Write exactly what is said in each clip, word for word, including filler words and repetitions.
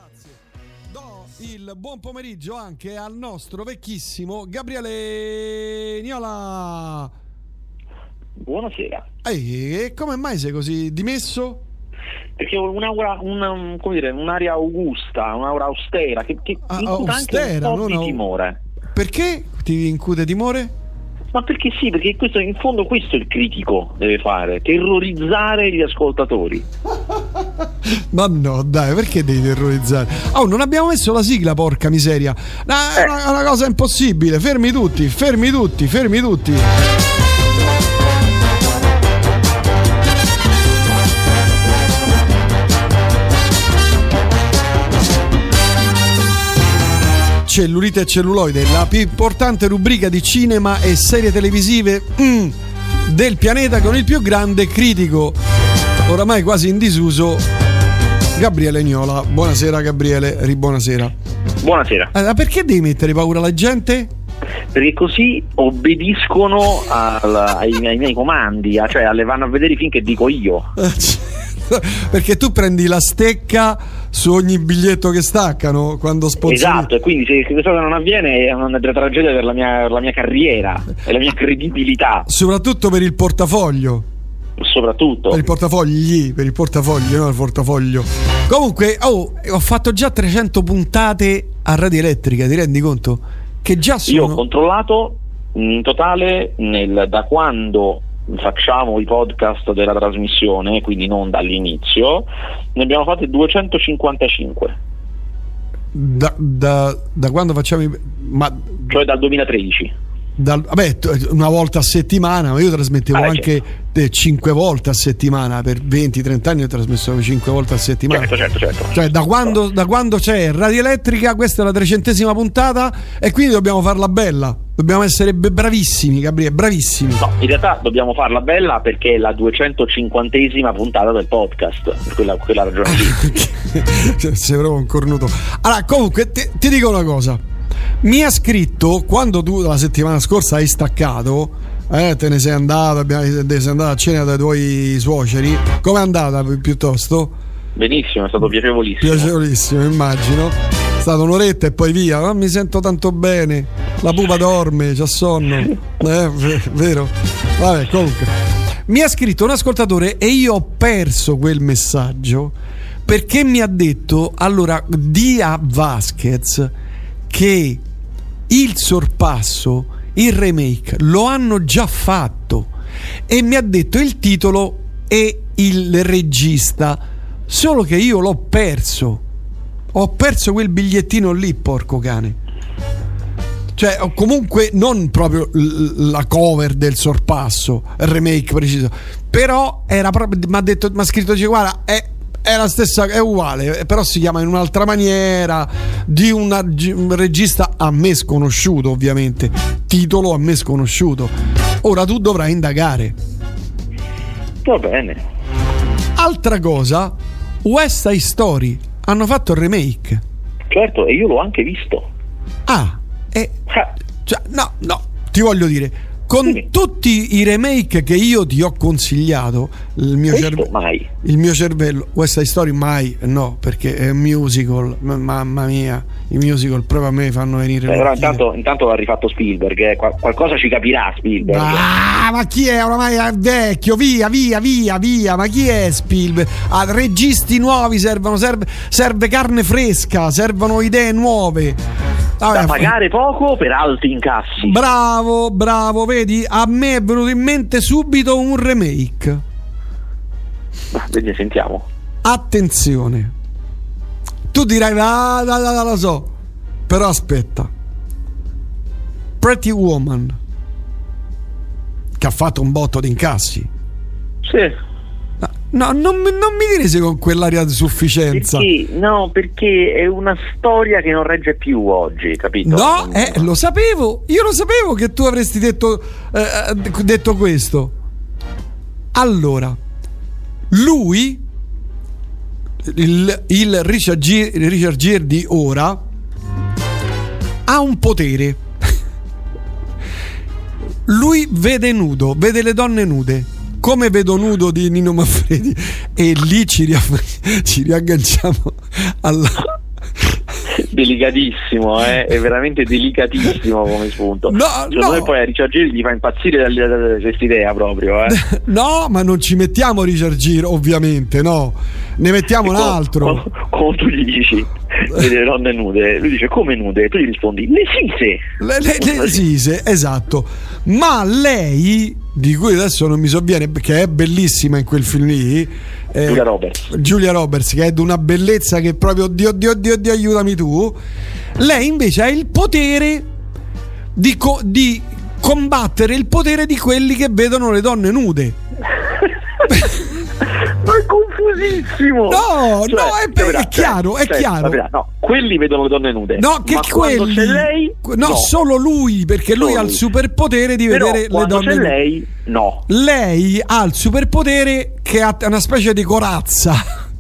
Do il buon pomeriggio anche al nostro vecchissimo Gabriele Niola. Buonasera. Ehi, e come mai sei così dimesso? Perché ho un'aura, una, come dire, un'aria augusta, un'aura austera che, che Ah, incuta austera, anche un po' non di au- timore. Perché ti incute timore? Ma perché sì, perché questo, in fondo questo il critico deve fare, terrorizzare gli ascoltatori. Ma no, dai, perché devi terrorizzare? Oh, non abbiamo messo la sigla, porca miseria. No, è, Eh. una, è una cosa impossibile. Fermi tutti, fermi tutti, fermi tutti. Cellulite e celluloide, la più importante rubrica di cinema e serie televisive mm, del pianeta, con il più grande critico, oramai quasi in disuso, Gabriele Niola. Buonasera Gabriele, ribuonasera. Buonasera. Allora, perché devi mettere paura alla gente? Perché così obbediscono al, ai, ai miei comandi, a- cioè alle vanno a vedere i film che dico io. Perché tu prendi la stecca su ogni biglietto che staccano quando sponsori. Esatto, e quindi se questa cosa non avviene è una tragedia per la mia, per la mia carriera e la mia credibilità, Soprattutto per il portafoglio. soprattutto. Per il portafogli, per il portafoglio, no il portafoglio. Comunque, oh, ho fatto già trecento puntate a Radio Elettrica, ti rendi conto? Che già sono... Io ho controllato in totale nel, da quando facciamo i podcast della trasmissione, quindi non dall'inizio, ne abbiamo fatte duecentocinquantacinque, Da, da, da quando facciamo i... Ma cioè dal duemilatredici. dal, vabbè, t- una volta a settimana, ma io trasmettevo Ah, anche eh, cinque volte a settimana. Per venti trenta anni ho trasmesso cinque volte a settimana. Certo, certo, certo. Cioè da quando, da quando c'è Radio Elettrica, questa è la trecentesima puntata e quindi dobbiamo farla bella. Dobbiamo essere be- bravissimi, Gabriele, bravissimi. No, in realtà dobbiamo farla bella perché è la duecentocinquantesima puntata del podcast, per quella, quella ragione lì. Sei proprio un cornuto. Allora, comunque ti, ti dico una cosa. Mi ha scritto quando tu la settimana scorsa hai staccato, eh, te ne sei andato, abbiamo, te ne sei andato a cena dai tuoi suoceri. Com'è andata pi- piuttosto? Benissimo, è stato piacevolissimo. Piacevolissimo, immagino. È stata un'oretta e poi via. Non mi sento tanto bene. La pupa dorme, c'ha sonno. Eh, v- vero? Vabbè, comunque. Mi ha scritto un ascoltatore e io ho perso quel messaggio perché mi ha detto, allora, di a Vasquez che il sorpasso, il remake lo hanno già fatto e mi ha detto il titolo e il regista, solo che io l'ho perso. Ho perso quel bigliettino lì, porco cane. Cioè, o comunque non proprio l- la cover del sorpasso, il remake preciso, però era proprio, mi ha detto, mi ha scritto, dice, guarda, è, è la stessa, è uguale, però si chiama in un'altra maniera, di una- un regista a me sconosciuto, ovviamente, titolo a me sconosciuto. Ora tu dovrai indagare. Va bene. Altra cosa, West Side Story hanno fatto il remake. Certo, e io l'ho anche visto. Ah, e Ah, cioè, no, no, ti voglio dire, con Sì. tutti i remake che io ti ho consigliato, il mio, questo cerve- mai. il mio cervello, West Side Story mai, no, perché è un musical, ma- mamma mia, i musical proprio a me fanno venire Eh, però l'orchidea. intanto, intanto l'ha rifatto Spielberg, eh. Qual- qualcosa ci capirà Spielberg. Ah, ma chi è oramai è vecchio? Via, via, via, via. Ma chi è Spielberg? Ah, registi nuovi servono, serve, serve carne fresca, servono idee nuove. Vabbè, Da pagare poco per alti incassi. bravo, bravo, vedi? A me è venuto in mente subito un remake. Ma, vedi, sentiamo. Attenzione. Tu dirai, ah, no, no, no, lo so. Però aspetta. Pretty Woman, che ha fatto un botto di incassi. Sì. No, non, mi- non mi dire se con quell'aria di sufficienza. Perché? No, perché è una storia che non regge più oggi, capito? No, eh, lo sapevo. Io lo sapevo che tu avresti detto, eh, detto questo. Allora, lui, il, il Richard Gere, Richard Gere di ora, ha un potere. Lui vede nudo, vede le donne nude, come Vedo nudo di Nino Manfredi, e lì ci, ria- ci riagganciamo alla, delicatissimo, eh? È veramente delicatissimo come spunto. No, Secondo no. me poi a Richard Gere gli fa impazzire questa idea proprio, eh? No, ma non ci mettiamo Richard Gere, ovviamente, no, ne mettiamo un altro. Come tu gli dici vede le donne nude, lui dice come nude? Tu gli rispondi le sise. Le, le, le sise, esatto. Ma lei, di cui adesso non mi sovviene, che è bellissima in quel film lì, eh, Julia Roberts. Giulia Roberts, che è di una bellezza che proprio oddio, oddio, oddio, oddio, aiutami tu. Lei invece ha il potere di, co- di combattere il potere di quelli che vedono le donne nude. Ma è confusissimo. No, cioè, no, è, capirà, è chiaro, cioè, è chiaro. Capirà, no, quelli vedono le donne nude. No, che ma quelli c'è lei, no, no, solo lui, perché solo lui ha il lui. superpotere di Però vedere le quando donne c'è nude. lei, no. Lei ha il superpotere che ha una specie di corazza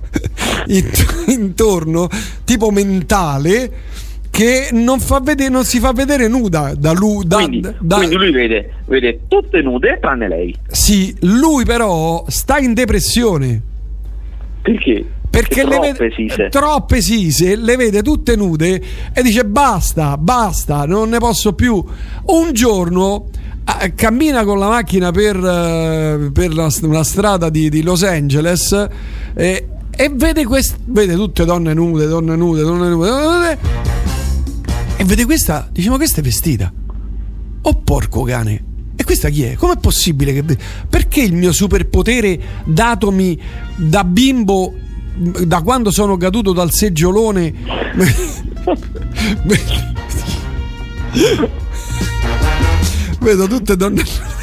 intorno, tipo mentale, che non fa vedere, non si fa vedere nuda da lui. Da, Quindi, da, quindi lui vede, vede tutte nude tranne lei. Sì, lui però sta in depressione. Perché? Perché le troppe vede sise. troppe sise, le vede tutte nude e dice basta, basta, non ne posso più. Un giorno eh, cammina con la macchina per, eh, per la, una strada di, di Los Angeles eh, e vede, quest- vede tutte donne nude, donne nude, donne nude, donne nude, e vede questa, dice ma questa è vestita. Oh porco cane. E questa chi è? Com'è possibile che... Perché il mio superpotere datomi da bimbo, da quando sono caduto dal seggiolone, vedo tutte donne...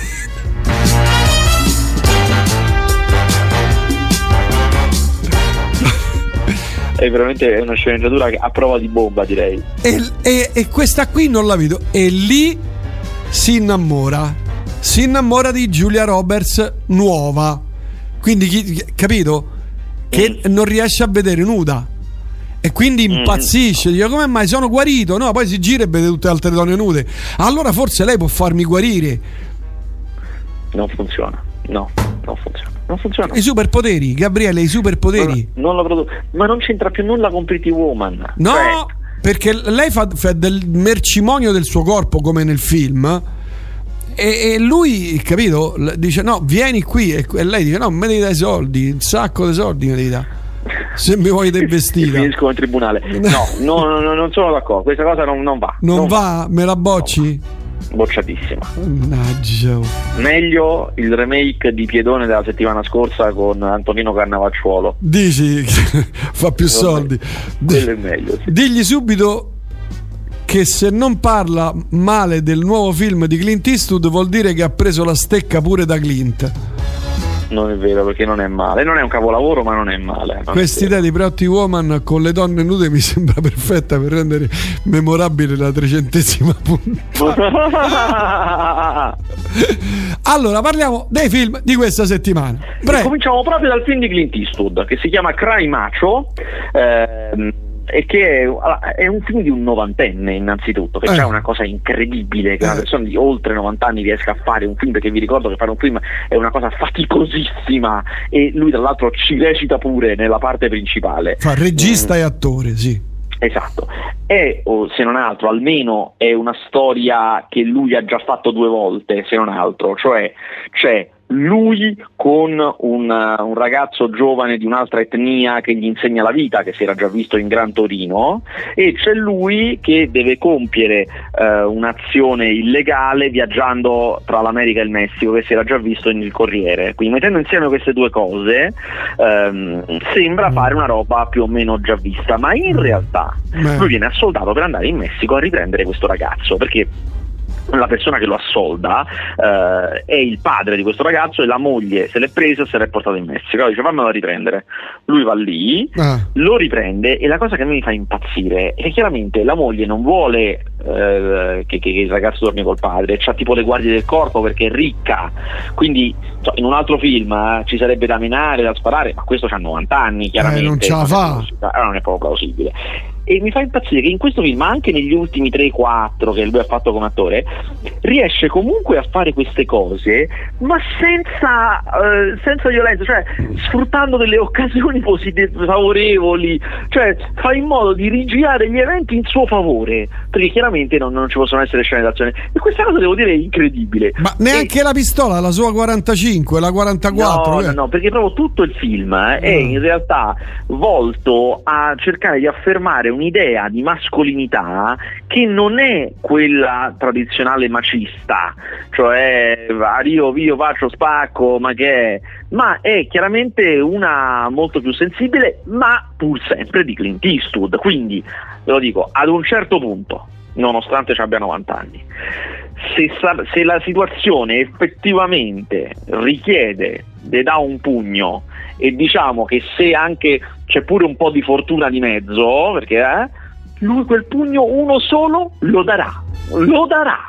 È veramente una sceneggiatura che a prova di bomba, direi. E, e, e questa qui non la vedo. E lì si innamora. Si innamora di Giulia Roberts nuova. Quindi, chi, capito? Che mm. non riesce a vedere nuda. E quindi impazzisce. Mm. Dice, come mai sono guarito? No, poi si gira e vede tutte le altre donne nude. Allora forse lei può farmi guarire. Non funziona. No, non funziona. Non funziona. I superpoteri, Gabriele, i superpoteri. Ma non, non ma non c'entra più nulla con Pretty Woman. No, cioè... perché lei fa, fa del mercimonio del suo corpo come nel film. E, e lui, capito, dice no, vieni qui, e, e lei dice no, me devi dare i soldi, un sacco di soldi me devi dare, se mi vuoi te vestita. Finisco in tribunale. No, no, no, non sono d'accordo, questa cosa non, non va. Non, non va? va, me la bocci? Bocciatissima. Mannaggia. Meglio il remake di Piedone della settimana scorsa con Antonino Cannavacciuolo. Dici fa più non soldi. Quello è meglio, sì. Digli subito che se non parla male del nuovo film di Clint Eastwood vuol dire che ha preso la stecca pure da Clint. Non è vero, perché non è male, non è un capolavoro, ma non è male. Questa idea di Pretty Woman con le donne nude mi sembra perfetta per rendere memorabile la trecentesima puntata. Allora parliamo dei film di questa settimana. Prego. Cominciamo proprio dal film di Clint Eastwood che si chiama Cry Macho. Ehm e che è, è un film di un novantenne innanzitutto, che eh. c'è una cosa incredibile che eh. una persona di oltre novanta anni riesca a fare un film, perché vi ricordo che fare un film è una cosa faticosissima e lui tra l'altro ci recita pure nella parte principale, fa regista mm. e attore, sì, esatto. E o se non altro almeno è una storia che lui ha già fatto due volte, se non altro, cioè c'è lui con un, un ragazzo giovane di un'altra etnia che gli insegna la vita, che si era già visto in Gran Torino, e c'è lui che deve compiere eh, un'azione illegale viaggiando tra l'America e il Messico, che si era già visto in Il Corriere. Quindi mettendo insieme queste due cose ehm, sembra fare una roba più o meno già vista, ma in realtà Beh. lui viene assoldato per andare in Messico a riprendere questo ragazzo, perché la persona che lo assolda eh, è il padre di questo ragazzo e la moglie se l'è presa e se l'è portato in Messico. Allora dice fammelo riprendere. Lui va lì, ah. lo riprende, e la cosa che a me mi fa impazzire è che chiaramente la moglie non vuole eh, che, che il ragazzo dormi col padre, c'ha tipo le guardie del corpo perché è ricca, quindi so, in un altro film eh, ci sarebbe da menare, da sparare, ma questo c'ha novanta anni, chiaramente eh, non ce la fa, allora non è proprio plausibile. e mi fa impazzire che in questo film, ma anche negli ultimi tre quattro che lui ha fatto come attore, riesce comunque a fare queste cose, ma senza, eh, senza violenza, cioè sfruttando delle occasioni positive, favorevoli, cioè fa in modo di rigirare gli eventi in suo favore, perché chiaramente non, non ci possono essere scene d'azione, e questa cosa devo dire è incredibile. Ma neanche e... la pistola, la sua quarantacinque, la quarantaquattro? No, no, no, perché proprio tutto il film eh, è in realtà volto a cercare di affermare un'idea di mascolinità che non è quella tradizionale macista, cioè io, io faccio spacco, ma che è, ma è chiaramente una molto più sensibile, ma pur sempre di Clint Eastwood. Quindi ve lo dico, ad un certo punto, nonostante ci abbia novanta anni, se, se la situazione effettivamente richiede de dà un pugno, e diciamo che se anche c'è pure un po' di fortuna di mezzo, perché eh, lui quel pugno uno solo lo darà, lo darà.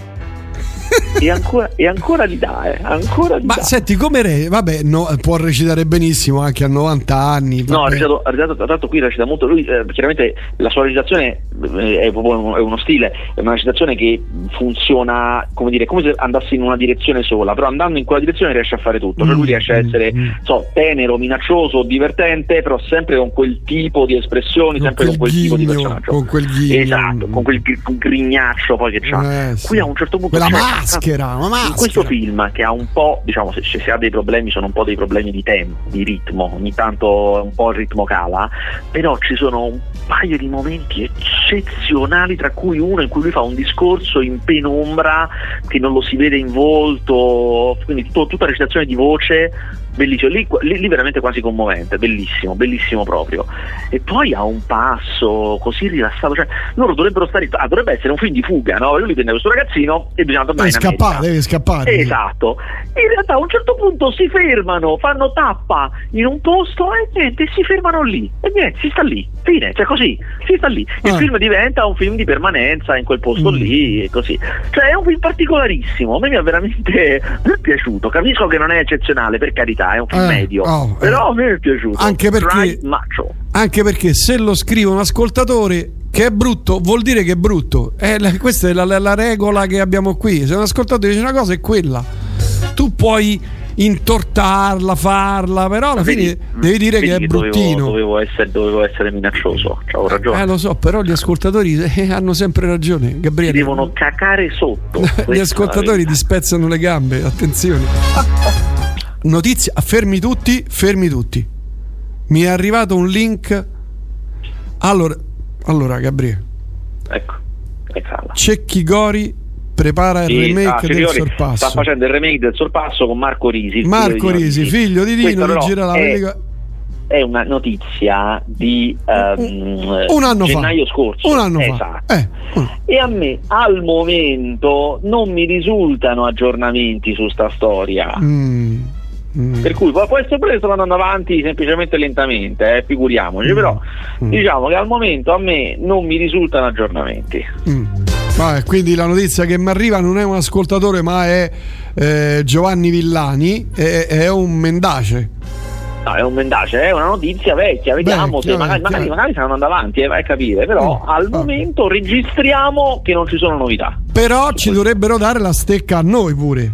E ancora, e ancora li dà, eh, ancora li Ma dà. senti, come re, vabbè, no, può recitare benissimo anche a novanta anni. No, ha recitato, ha recitato, tanto qui recita molto. Lui, eh, chiaramente la sua recitazione eh, è proprio uno, è uno stile, è una recitazione che funziona, come dire, come se andasse in una direzione sola, però andando in quella direzione riesce a fare tutto. Cioè lui riesce a essere, mm. so, tenero, minaccioso, divertente, però sempre con quel tipo di espressioni, con sempre con quel ghigno, tipo di personaggio. Con quel ghigno. Esatto, con quel grignaccio poi che c'ha. Eh, sì. Qui a un certo punto quella c'è, maschera, una maschera. in questo film che ha un po', diciamo, se, se ha dei problemi sono un po' dei problemi di tempo, di ritmo, ogni tanto un po' il ritmo cala, però ci sono un paio di momenti eccezionali, tra cui uno in cui lui fa un discorso in penombra che non lo si vede in volto, quindi tutto, tutta la recitazione di voce bellissimo, lì, lì, lì veramente quasi commovente, bellissimo, bellissimo proprio. E poi ha un passo così rilassato, cioè loro dovrebbero stare, ah, dovrebbe essere un film di fuga, no? Lui prende questo ragazzino e bisogna tornare deve in scappare, America. deve scappare. Esatto. In realtà a un certo punto si fermano, fanno tappa in un posto e niente, si fermano lì e niente, si sta lì, fine, cioè così, si sta lì. Il ah. film diventa un film di permanenza in quel posto mm. lì e così. Cioè è un film particolarissimo, a me mi è veramente mi è piaciuto. Capisco che non è eccezionale, per carità, è un film eh, medio, oh, però eh. a me è piaciuto. Anche perché, macho. anche perché se lo scrive un ascoltatore che è brutto, vuol dire che è brutto. È la, questa è la, la, la regola che abbiamo qui. Se un ascoltatore dice una cosa è quella. Tu puoi intortarla, farla, però alla vedi, fine devi dire che è che bruttino. Dovevo, dovevo, essere, dovevo essere minaccioso, c'avevo ragione. Eh lo so, però gli ascoltatori eh, hanno sempre ragione, Gabriele. Ti devono cacare sotto. Gli ascoltatori ti spezzano le gambe, attenzione. Notizia, fermi tutti, fermi tutti. Mi è arrivato un link. Allora, allora Gabriele. Ecco, eccola. Cecchi Gori prepara il sì, remake ah, del Sorpasso. Sta facendo il remake del Sorpasso con Marco Risi. Marco Risi, figlio di Dino, che gira la è, è una notizia di um, un anno gennaio fa. scorso. Un anno esatto. fa. Eh. E a me al momento non mi risultano aggiornamenti su sta storia. Mm. Mm. Per cui può essere pure che stanno andando avanti semplicemente lentamente, eh, figuriamoci, mm. però mm. diciamo che al momento a me non mi risultano aggiornamenti. Mm. Vabbè, quindi la notizia che mi arriva non è un ascoltatore, ma è eh, Giovanni Villani, è, è un mendace. No, è un mendace, è una notizia vecchia, vediamo. Beh, se magari, magari, magari stanno andando avanti, eh, vai a capire, però mm. al ah. momento registriamo che non ci sono novità. Però ci dovrebbero dare la stecca a noi pure.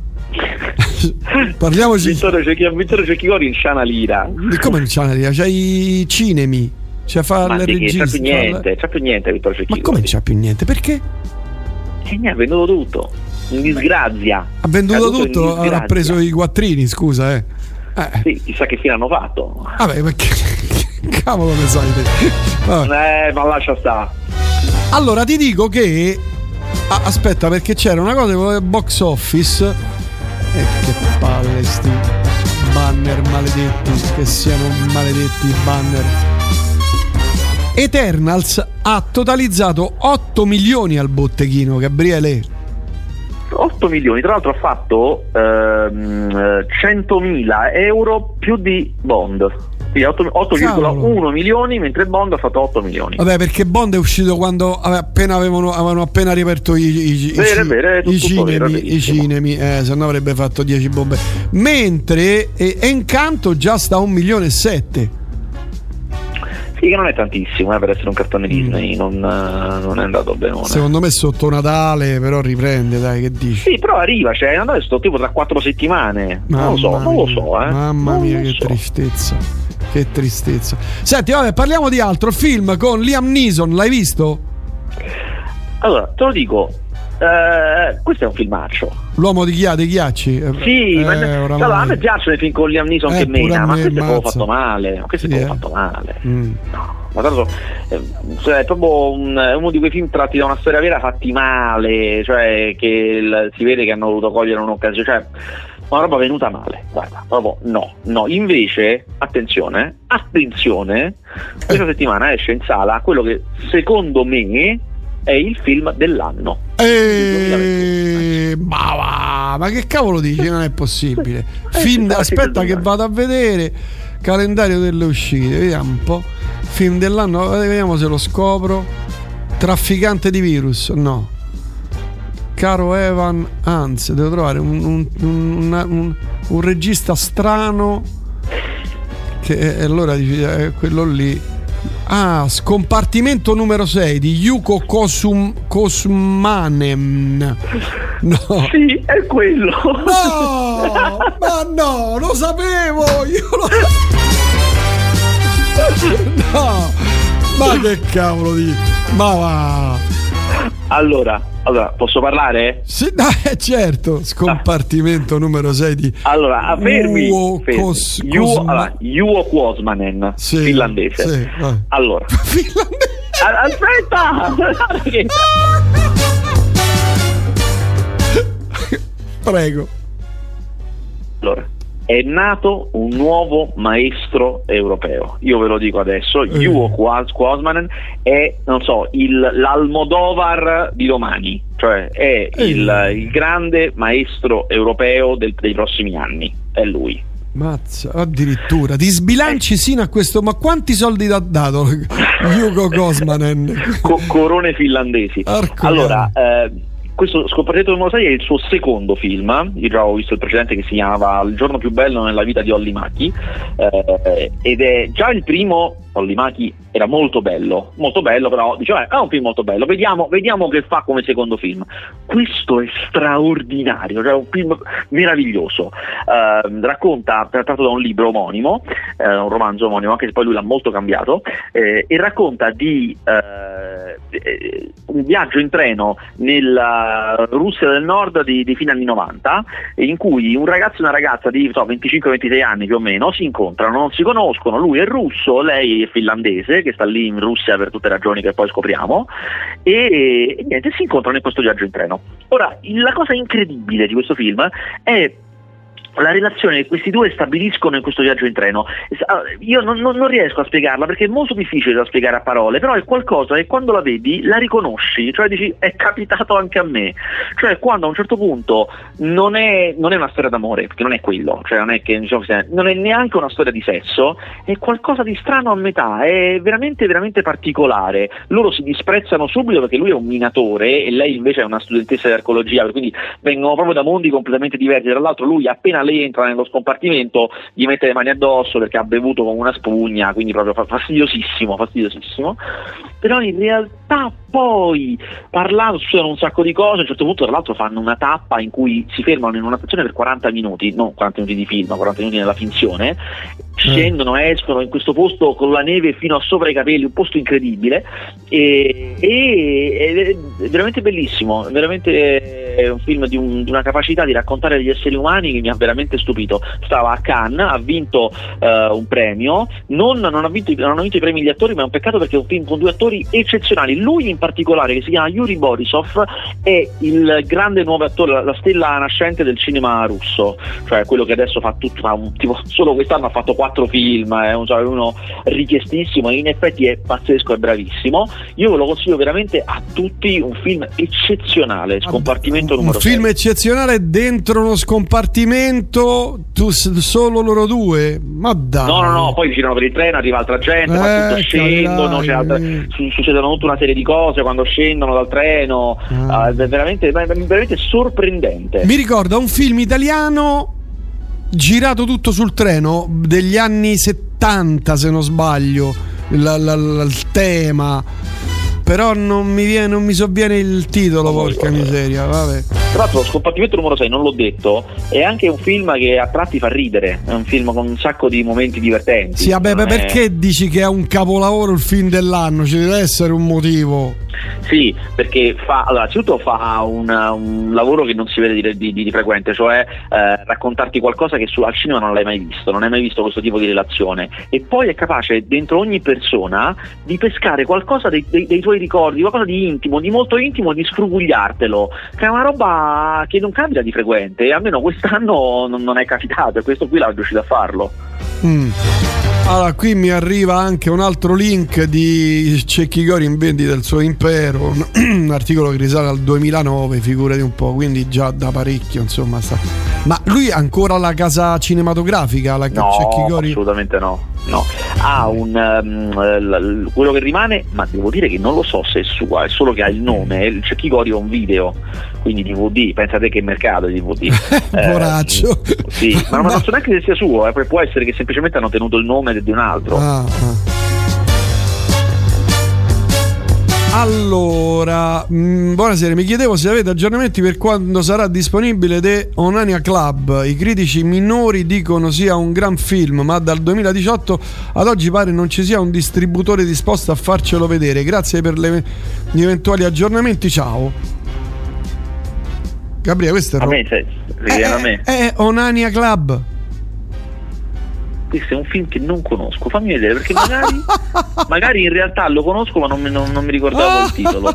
Parliamoci. Vittorio Cecchigori in Sciana Lira. Come in Sciana Lira? C'è i cinemi. C'è fa ma le regista. C'è più niente, c'è più niente Vittorio Cecchigori. Ma come c'è più niente? Perché? E ne ha venduto tutto. In disgrazia. Ha venduto tutto, ha preso i quattrini, scusa, eh. eh. Sì, chissà che fine hanno fatto. Vabbè, perché cavolo ne sai te. Eh, ma lascia stare. Allora ti dico che ah, aspetta, perché c'era una cosa con il box office. E eh, che palle sti banner maledetti, che siano maledetti i banner. Eternals ha totalizzato otto milioni al botteghino, Gabriele. otto milioni, tra l'altro ha fatto ehm, centomila euro più di Bond. otto virgola uno milioni, mentre Bond ha fatto otto milioni. Vabbè, perché Bond è uscito quando appena avevano, avevano appena riaperto i, i, vero, i, vero, tutto, i cinemi, vero, i cinemi eh, se no avrebbe fatto dieci bombe. Mentre eh, Encanto già sta a un milione e sette. Sì, che non è tantissimo eh, per essere un cartone Disney, mm. non, uh, non è andato bene. Secondo me sotto Natale però riprende, dai, che dici? Sì, però arriva, cioè Natale sto tipo tra quattro settimane. Mamma non lo so, mia, non lo so, eh. Mamma non mia, che so. tristezza. Che tristezza. Senti, vabbè, parliamo di altro. Il film con Liam Neeson, l'hai visto? Allora, te lo dico. Uh, questo è un filmaccio. L'uomo di, chia- dei ghiacci? Sì, eh, ma allora, a me piacciono i film con Liam Neeson eh, che mena, ma questo mazza. è proprio fatto male. Questo sì, è proprio eh. fatto male. Mm. No, ma tanto eh, cioè, è proprio un, uno di quei film tratti da una storia vera fatti male, cioè che il, si vede che hanno voluto cogliere un'occasione, cioè una roba venuta male, guarda, proprio no, no. Invece, attenzione, attenzione, questa settimana esce in sala quello che secondo me è il film dell'anno. E... Ma, va, ma che cavolo dici? Non è possibile. Film, aspetta che vado a vedere calendario delle uscite, vediamo un po'. Film dell'anno, vediamo se lo scopro. Trafficante di virus, no. Caro Evan Hans, devo trovare un, un, un, un, un regista strano che è, allora è quello lì. Ah, Scompartimento numero sei di Yuko Kosum, Kosmanen. No. Sì, è quello. No, ma no, lo sapevo. Io lo... No, ma che cavolo di... Ma va. Allora, allora, posso parlare? Sì, dai, certo. Scompartimento ah. numero sei di allora, fermi, Uo fermi. Kos, Juho, Kosma... allora, Juho Kuosmanen, sì, finlandese. Sì, allora, finlandese. Aspetta. Prego. Allora, è nato un nuovo maestro europeo. Io ve lo dico adesso, mm. Juho Kuosmanen è, non so, il, l'Almodovar di domani, cioè è mm. il, il grande maestro europeo del, dei prossimi anni, è lui. Mazza, addirittura ti sbilanci eh. sino a questo, ma quanti soldi ti ha dato Juho Kuosmanen? Co- corone finlandesi. Arco allora, eh, questo Scompartimento numero sei è il suo secondo film. Io già ho visto il precedente che si chiamava Il giorno più bello nella vita di Olli Mäki, eh, ed è già il primo. Olli Mäki era molto bello, molto bello, però diceva è un film molto bello, vediamo, vediamo che fa come secondo film. Questo è straordinario, cioè un film meraviglioso, eh, racconta, tratto da un libro omonimo, eh, un romanzo omonimo, anche se poi lui l'ha molto cambiato, eh, e racconta di eh, un viaggio in treno nella Russia del Nord di, di fine anni novanta, in cui un ragazzo e una ragazza di so, venticinque ventisei anni più o meno si incontrano, non si conoscono, lui è russo, lei è finlandese, che sta lì in Russia per tutte ragioni che poi scopriamo, e, e niente, si incontrano in questo viaggio in treno. Ora, la cosa incredibile di questo film è la relazione che questi due stabiliscono in questo viaggio in treno. Io non, non, non riesco a spiegarla perché è molto difficile da spiegare a parole, però è qualcosa che quando la vedi la riconosci, cioè dici è capitato anche a me, cioè quando a un certo punto non è, non è una storia d'amore, perché non è quello, cioè non è che diciamo, non è neanche una storia di sesso, è qualcosa di strano a metà, è veramente veramente particolare. Loro si disprezzano subito perché lui è un minatore e lei invece è una studentessa di archeologia, quindi vengono proprio da mondi completamente diversi. Tra l'altro lui appena lei entra nello scompartimento gli mette le mani addosso perché ha bevuto come una spugna, quindi proprio fastidiosissimo, fastidiosissimo. Però in realtà poi parlando succedono un sacco di cose. A un certo punto tra l'altro fanno una tappa in cui si fermano in una stazione per quaranta minuti, non quaranta minuti di film, ma quaranta minuti nella finzione, scendono, escono in questo posto con la neve fino a sopra i capelli, un posto incredibile, e, e è veramente bellissimo, veramente è un film di, un, di una capacità di raccontare degli esseri umani che mi ha veramente stupito. Stava a Cannes, ha vinto uh, un premio, non, non, ha vinto, non ha vinto i premi degli attori, ma è un peccato perché è un film con due attori eccezionali. Lui in particolare, che si chiama Yuri Borisov, è il grande nuovo attore, la, la stella nascente del cinema russo, cioè quello che adesso fa tutto, fa un, tipo, solo quest'anno ha fatto quattro film, è un, cioè, uno richiestissimo e in effetti è pazzesco, è bravissimo. Io ve lo consiglio veramente a tutti, un film eccezionale, Scompartimento numero sei. Un film eccezionale dentro uno scompartimento, tu solo loro due? Ma dai. No, no, no, poi girano per il treno, arriva altra gente, eh, ma tutto scendono, c'è altra, succedono tutta una serie di cose quando scendono dal treno, ah. uh, è veramente, è veramente sorprendente. Mi ricorda un film italiano girato tutto sul treno degli anni settanta, se non sbaglio, la, la, la, il tema, però non mi viene, non mi sovviene il titolo, porca miseria, vabbè. Tra l'altro, Scompartimento numero sei, non l'ho detto, è anche un film che a tratti fa ridere, è un film con un sacco di momenti divertenti. Sì, vabbè, è... perché dici che è un capolavoro il film dell'anno? Ci deve essere un motivo. Sì, perché fa, allora, innanzitutto fa un, un lavoro che non si vede di, di, di frequente, cioè eh, raccontarti qualcosa che su, al cinema non l'hai mai visto, non hai mai visto questo tipo di relazione, e poi è capace dentro ogni persona di pescare qualcosa dei, dei, dei tuoi ricordi, qualcosa di intimo, di molto intimo, di sfrugugliartelo, che è una roba che non capita di frequente, e almeno quest'anno non, non è capitato, e questo qui l'ha riuscito a farlo. Mm. Allora, qui mi arriva anche un altro link di Cecchi Gori in vendita del suo impero, un articolo che risale al duemilanove, figurati un po', quindi già da parecchio, insomma, sta. Ma lui ha ancora la casa cinematografica, la no, Cecchi Gori? Assolutamente no. No, ha un um, quello che rimane, ma devo dire che non lo so se è sua, è solo che ha il nome. Il Cecchi Gori è un video, quindi D V D. Pensate che mercato di D V D. Poraccio. Eh, sì, ma non ma... so neanche se sia suo, eh, può essere che semplicemente hanno tenuto il nome di un altro. Ah, ah. Allora, mh, buonasera, mi chiedevo se avete aggiornamenti per quando sarà disponibile The Onania Club. I critici minori dicono sia un gran film, ma dal duemiladiciotto ad oggi pare non ci sia un distributore disposto a farcelo vedere. Grazie per le, gli eventuali aggiornamenti, ciao. Gabriele, questo è a me, se, se eh, a me. È Onania Club. Questo è un film che non conosco, fammi vedere, perché magari magari in realtà lo conosco, ma non mi, non, non mi ricordavo il titolo.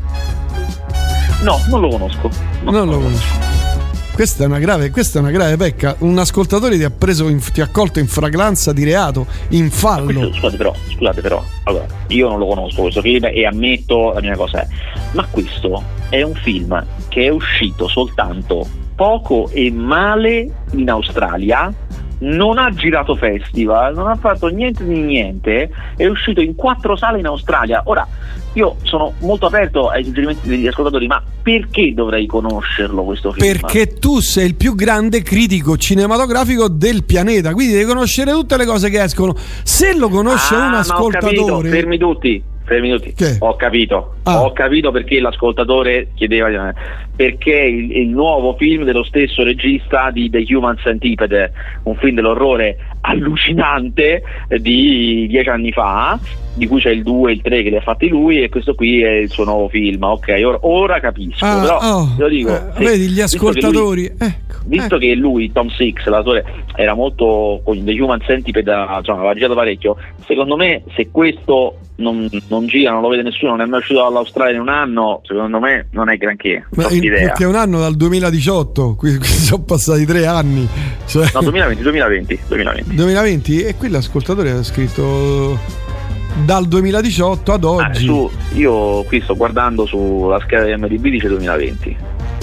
No, non lo conosco. No, non lo conosco. Questa è una grave, questa è una grave pecca. Un ascoltatore ti ha preso in, ti ha colto in fragranza di reato, in fallo. Questo, scusate però, scusate però, allora, io non lo conosco questo film e ammetto la mia cosa è, ma questo è un film che è uscito soltanto poco e male in Australia, non ha girato festival, non ha fatto niente di niente, è uscito in quattro sale in Australia. Ora, io sono molto aperto ai suggerimenti degli ascoltatori, ma perché dovrei conoscerlo questo film? Perché tu sei il più grande critico cinematografico del pianeta, quindi devi conoscere tutte le cose che escono. Se lo conosce ah, un ascoltatore... Ma ho capito, fermi tutti, fermi tutti. Che? Ho capito, ah. ho capito perché l'ascoltatore chiedeva, perché il, il nuovo film dello stesso regista di The Human Centipede, un film dell'orrore allucinante di dieci anni fa, di cui c'è il due e il tre che li ha fatti lui, e questo qui è il suo nuovo film. Ok, ora, ora capisco, ah, però oh, te lo dico, eh, sì, vedi gli ascoltatori, visto che lui, ecco, visto eh. che lui, Tom Six, l'autore, era molto con The Human Centipede, insomma, aveva girato parecchio, secondo me se questo non, non gira, non lo vede nessuno, non è mai uscito dall'Australia in un anno, secondo me non è granché. Ma in, perché è un anno dal duemiladiciotto, qui, qui sono passati tre anni, cioè... no, duemilaventi, duemilaventi, duemilaventi duemilaventi, e qui l'ascoltatore ha scritto dal duemiladiciotto ad oggi. Ah, su, io qui sto guardando sulla scheda di M D B, dice duemilaventi.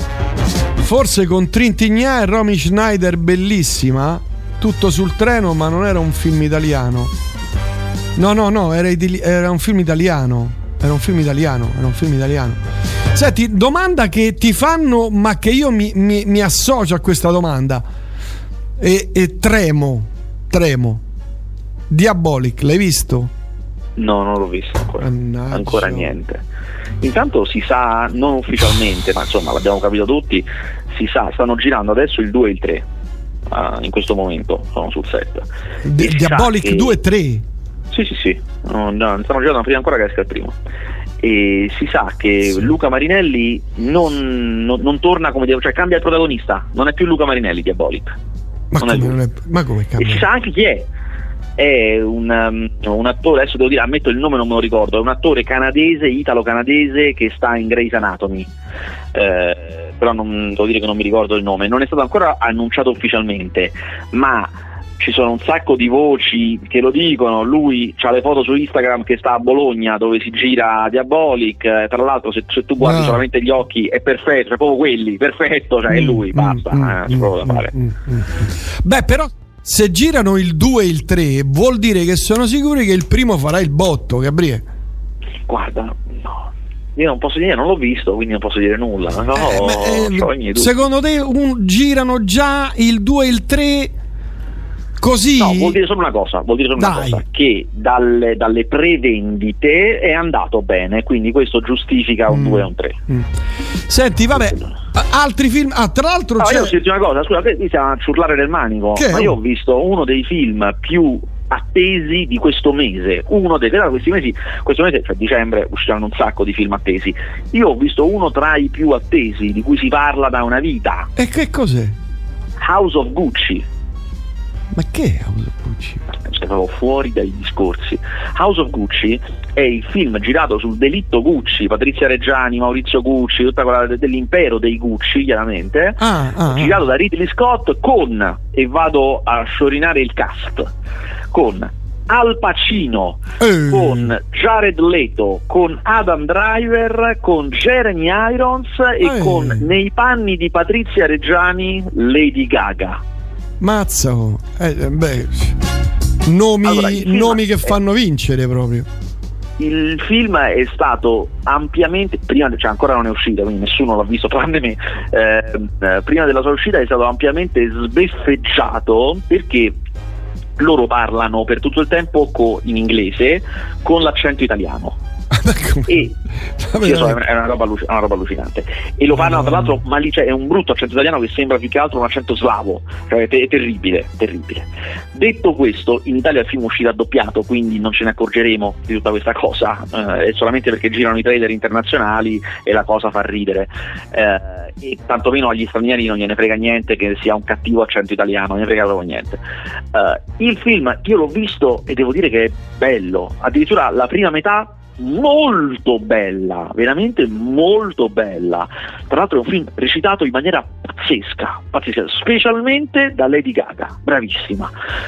Forse con Trintignant e Romy Schneider, bellissima, tutto sul treno, ma non era un film italiano. No, no, no, era, era un film italiano. Era un film italiano, era un film italiano. Senti, domanda che ti fanno, ma che io mi, mi, mi associo a questa domanda. E, e tremo, tremo. Diabolic, l'hai visto? No, non l'ho visto ancora. Mannaggia. Ancora niente. Intanto si sa, non ufficialmente, ma insomma l'abbiamo capito tutti, si sa, stanno girando adesso il due e il tre. Uh, in questo momento sono sul set. De- Diabolic che... due e tre? Sì, sì, sì. No, no, stanno girando prima ancora che esca il primo. E si sa che sì. Luca Marinelli non, non, non torna come cioè cambia il protagonista, non è più Luca Marinelli Diabolic. Ma non come, è non è, ma come cambia? E si sa anche chi è. È un, um, un attore, adesso devo dire, ammetto il nome non me lo ricordo, è un attore canadese, italo-canadese, che sta in Grey's Anatomy, eh, però non, devo dire che non mi ricordo il nome, non è stato ancora annunciato ufficialmente, ma ci sono un sacco di voci che lo dicono. Lui ha le foto su Instagram che sta a Bologna dove si gira Diabolic, eh, tra l'altro se, se tu guardi no. solamente gli occhi è perfetto, cioè proprio quelli, perfetto, cioè mm, è lui, mm, basta, mm, eh, c'è proprio da fare. Mm, mm. Beh, però se girano il due e il tre vuol dire che sono sicuri che il primo farà il botto, Gabriele? Guarda, no, io non posso dire, non l'ho visto, quindi non posso dire nulla. No, eh, ma, eh, secondo te un, girano già il due e il tre Così? No, vuol dire solo una cosa, vuol dire solo una Dai. cosa, che dalle, dalle prevendite è andato bene, quindi questo giustifica un Mm. due o un tre. Mm. Senti, vabbè, a- altri film. Ah, tra l'altro No, c'è. io ho sentito una cosa, scusa, qui stiamo a ciurlare del manico, Che? ma io ho visto uno dei film più attesi di questo mese, uno dei da questi mesi, questo mese, cioè dicembre, usciranno un sacco di film attesi. Io ho visto uno tra i più attesi, di cui si parla da una vita, E che cos'è? House of Gucci. Ma che è House of Gucci? Sei proprio fuori dai discorsi. House of Gucci è il film girato sul delitto Gucci, Patrizia Reggiani, Maurizio Gucci, tutta quella de- dell'impero dei Gucci, chiaramente, Ah, ah, girato da Ridley Scott con, e vado a sciorinare il cast, con Al Pacino, Eh. con Jared Leto, con Adam Driver, con Jeremy Irons e Eh. con, nei panni di Patrizia Reggiani, Lady Gaga. Mazza, oh. eh, beh, nomi, Allora, il film nomi che è- fanno vincere proprio. Il film è stato ampiamente, prima, cioè ancora non è uscito, quindi nessuno l'ha visto tranne me, eh, prima della sua uscita è stato ampiamente sbeffeggiato perché loro parlano per tutto il tempo co- in inglese con l'accento italiano. E Vabbè, io so, è vabbè. una, è una roba alluc- è una roba allucinante, e lo fanno tra l'altro, ma lì c'è è un brutto accento italiano che sembra più che altro un accento slavo, cioè è, te- è terribile, terribile. Detto questo, in Italia il film uscirà doppiato, quindi non ce ne accorgeremo di tutta questa cosa, eh, è solamente perché girano i trailer internazionali e la cosa fa ridere, eh, e tantomeno agli stranieri non gliene frega niente che sia un cattivo accento italiano, non ne frega proprio niente. Eh, il film io l'ho visto e devo dire che è bello, addirittura la prima metà molto bella, veramente molto bella. Tra l'altro è un film recitato in maniera pazzesca, pazzesca, specialmente da Lady Gaga, bravissima.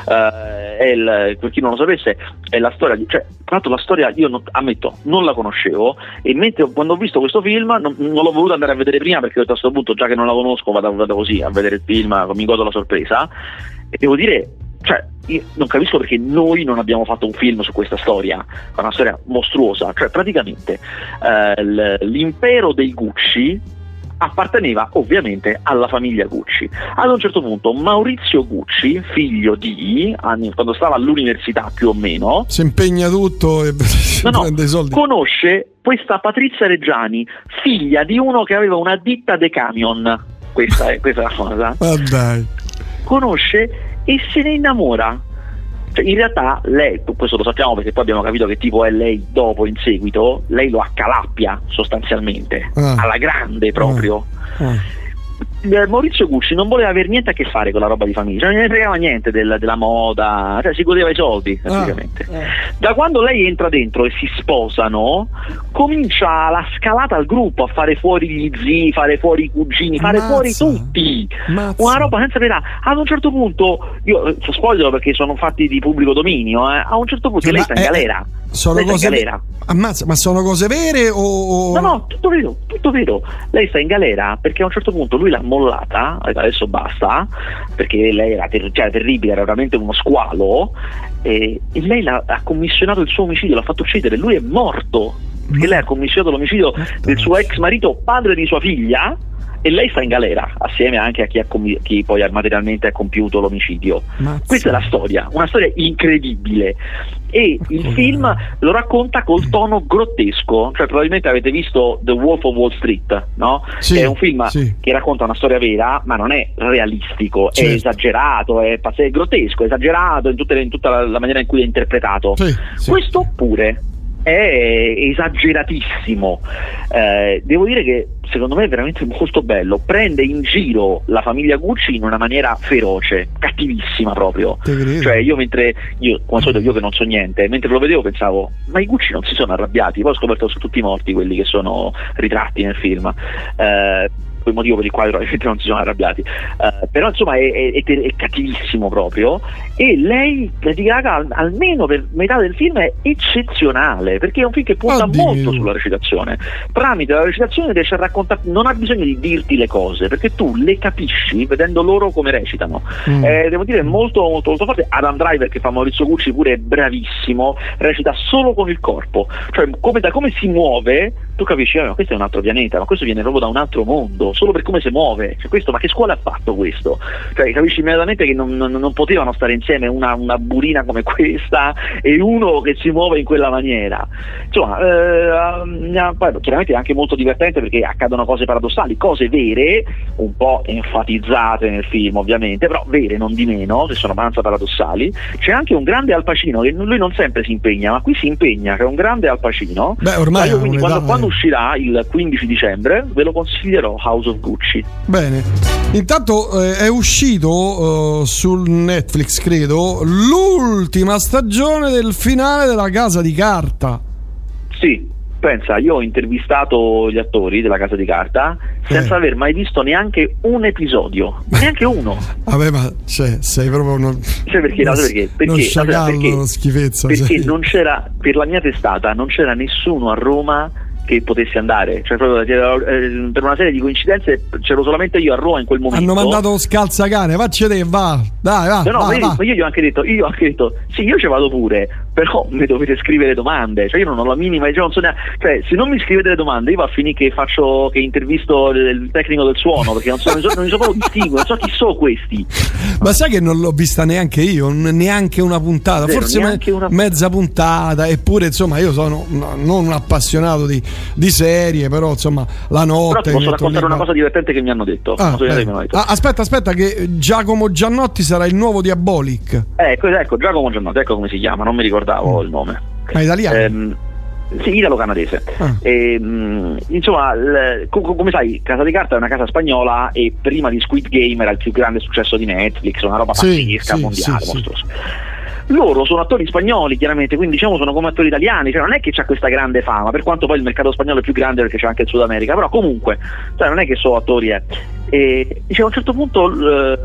Eh, è il, per chi non lo sapesse, è la storia di, cioè, tra l'altro la storia io non, ammetto, non la conoscevo, e mentre quando ho visto questo film non, non l'ho voluto andare a vedere prima perché ho detto a questo punto, già che non la conosco, vado, vado così a vedere il film, mi godo la sorpresa, e devo dire, cioè, io non capisco perché noi non abbiamo fatto un film su questa storia, è una storia mostruosa, cioè praticamente eh, l- l'impero dei Gucci apparteneva ovviamente alla famiglia Gucci. Ad un certo punto Maurizio Gucci, figlio di, anni, quando stava all'università più o meno, Si impegna tutto e no, no, prende i soldi. conosce questa Patrizia Reggiani, figlia di uno che aveva una ditta de camion, questa è, questa è la cosa, Ah, dai. conosce e se ne innamora. Cioè, in realtà lei, questo lo sappiamo perché poi abbiamo capito che tipo è lei dopo, in seguito, lei lo accalappia sostanzialmente, Ah. alla grande proprio. Ah. Eh, Maurizio Gucci non voleva avere niente a che fare con la roba di famiglia, cioè non ne fregava niente del- della moda, cioè si godeva i soldi praticamente. Ah. Da quando lei entra dentro e si sposano, comincia la scalata al gruppo, a fare fuori gli zii, fare fuori i cugini, fare Mazza. fuori tutti. Mazza. Una roba senza pietà. Ad un certo punto, io eh, spoilerò perché sono fatti di pubblico dominio, eh, a un certo punto Eh, lei ma sta in è- galera. Sono lei sta cose in galera. Ammazza, ma sono cose vere o, o- No, no, tutto vero, tutto vero. Lei sta in galera perché a un certo punto lui l'ha mollata, ha detto, adesso basta, perché lei era, ter- cioè, terribile, era veramente uno squalo, e, e lei l'ha, ha commissionato il suo omicidio, l'ha fatto uccidere, lui è morto, perché lei ha commissionato l'omicidio del suo ex marito, padre di sua figlia, e lei sta in galera assieme anche a chi, ha commi- chi poi ha materialmente ha compiuto l'omicidio. Mazza. Questa è la storia, una storia incredibile, e il film lo racconta col tono grottesco, cioè probabilmente avete visto The Wolf of Wall Street, no? Sì, Che è un film sì. che racconta una storia vera, ma non è realistico, Certo. è esagerato, è, pass- è grottesco, è esagerato in, tutte le- in tutta la, la maniera in cui è interpretato. Sì, sì. Questo pure è esageratissimo. Eh, devo dire che secondo me è veramente molto bello, prende in giro la famiglia Gucci in una maniera feroce, cattivissima proprio. Te credo. Cioè io mentre, io come al solito io che non so niente, mentre lo vedevo pensavo, ma i Gucci non si sono arrabbiati, poi ho scoperto che sono tutti morti quelli che sono ritratti nel film. Eh, il motivo per il quale probabilmente non si sono arrabbiati, uh, però insomma è, è, è, è cattivissimo proprio, e lei, Lady Gaga, al- almeno per metà del film è eccezionale, perché è un film che punta Oddio. molto sulla recitazione, tramite la recitazione riesce a raccontare, non ha bisogno di dirti le cose perché tu le capisci vedendo loro come recitano. Mm. Eh, devo dire molto, molto molto forte. Adam Driver, che fa Maurizio Gucci, pure è bravissimo, recita solo con il corpo, cioè come, da come si muove tu capisci, eh, ma questo è un altro pianeta, ma questo viene proprio da un altro mondo, solo per come si muove, cioè, questo, ma che scuola ha fatto questo? Cioè, capisci immediatamente che non, non, non potevano stare insieme una, una burina come questa e uno che si muove in quella maniera. Insomma, eh, poi chiaramente è anche molto divertente perché accadono cose paradossali, cose vere, un po' enfatizzate nel film ovviamente, però vere non di meno, che sono abbastanza paradossali. C'è anche un grande Al Pacino, che lui non sempre si impegna, ma qui si impegna, c'è un grande Al Pacino. Beh, ormai io quindi quando, età, quando eh. uscirà il quindici dicembre ve lo consiglierò, House of Gucci. Bene, intanto eh, è uscito eh, sul Netflix, credo, l'ultima stagione del finale della Casa di Carta. Sì, pensa, io ho intervistato gli attori della Casa di Carta senza eh. aver mai visto neanche un episodio, neanche uno. Vabbè, ma cioè, sei proprio uno, sai perché? uno, No, sai perché? Perché, uno sciacallo, perché, uno schifezza. perché sei. non c'era, per la mia testata, non c'era nessuno a Roma che potesse andare, cioè proprio eh, per una serie di coincidenze c'ero solamente io a Roma in quel momento. Hanno mandato scalzacane, facci te, va, dai, va, no, no, va, ma io, va. ma io gli ho anche detto, io ho anche detto, sì, io ci vado pure, però mi dovete scrivere domande, cioè io non ho la minima, cioè, non so neanche, cioè se non mi scrivete le domande io va a finire che faccio, che intervisto il tecnico del suono, perché non so, non so, non so proprio distinguere, non so chi sono questi. Ma sai che non l'ho vista neanche io, neanche una puntata, Vero, forse me, una... mezza puntata, eppure insomma io sono no, non un appassionato di, di serie, però insomma la notte. Però ti posso raccontare lì, una ma... cosa divertente che mi hanno detto. Ah, mi hanno detto. Ah, aspetta, aspetta, che Giacomo Giannotti sarà il nuovo Diabolic. Ecco, ecco, Giacomo Giannotti, ecco come si chiama, non mi ricordavo mm. il nome. Ma italiano? Ehm, sì, italo-canadese. Ah. E, mh, insomma, l- co- come sai, Casa di Carta è una casa spagnola e prima di Squid Game era il più grande successo di Netflix, una roba sì, pazzesca, sì, mondiale, sì, mostruosa. Sì. Loro sono attori spagnoli, chiaramente, quindi diciamo sono come attori italiani, cioè non è che c'ha questa grande fama, per quanto poi il mercato spagnolo è più grande perché c'è anche il Sud America, però comunque, cioè non è che sono attori, eh. E dice a un certo punto eh,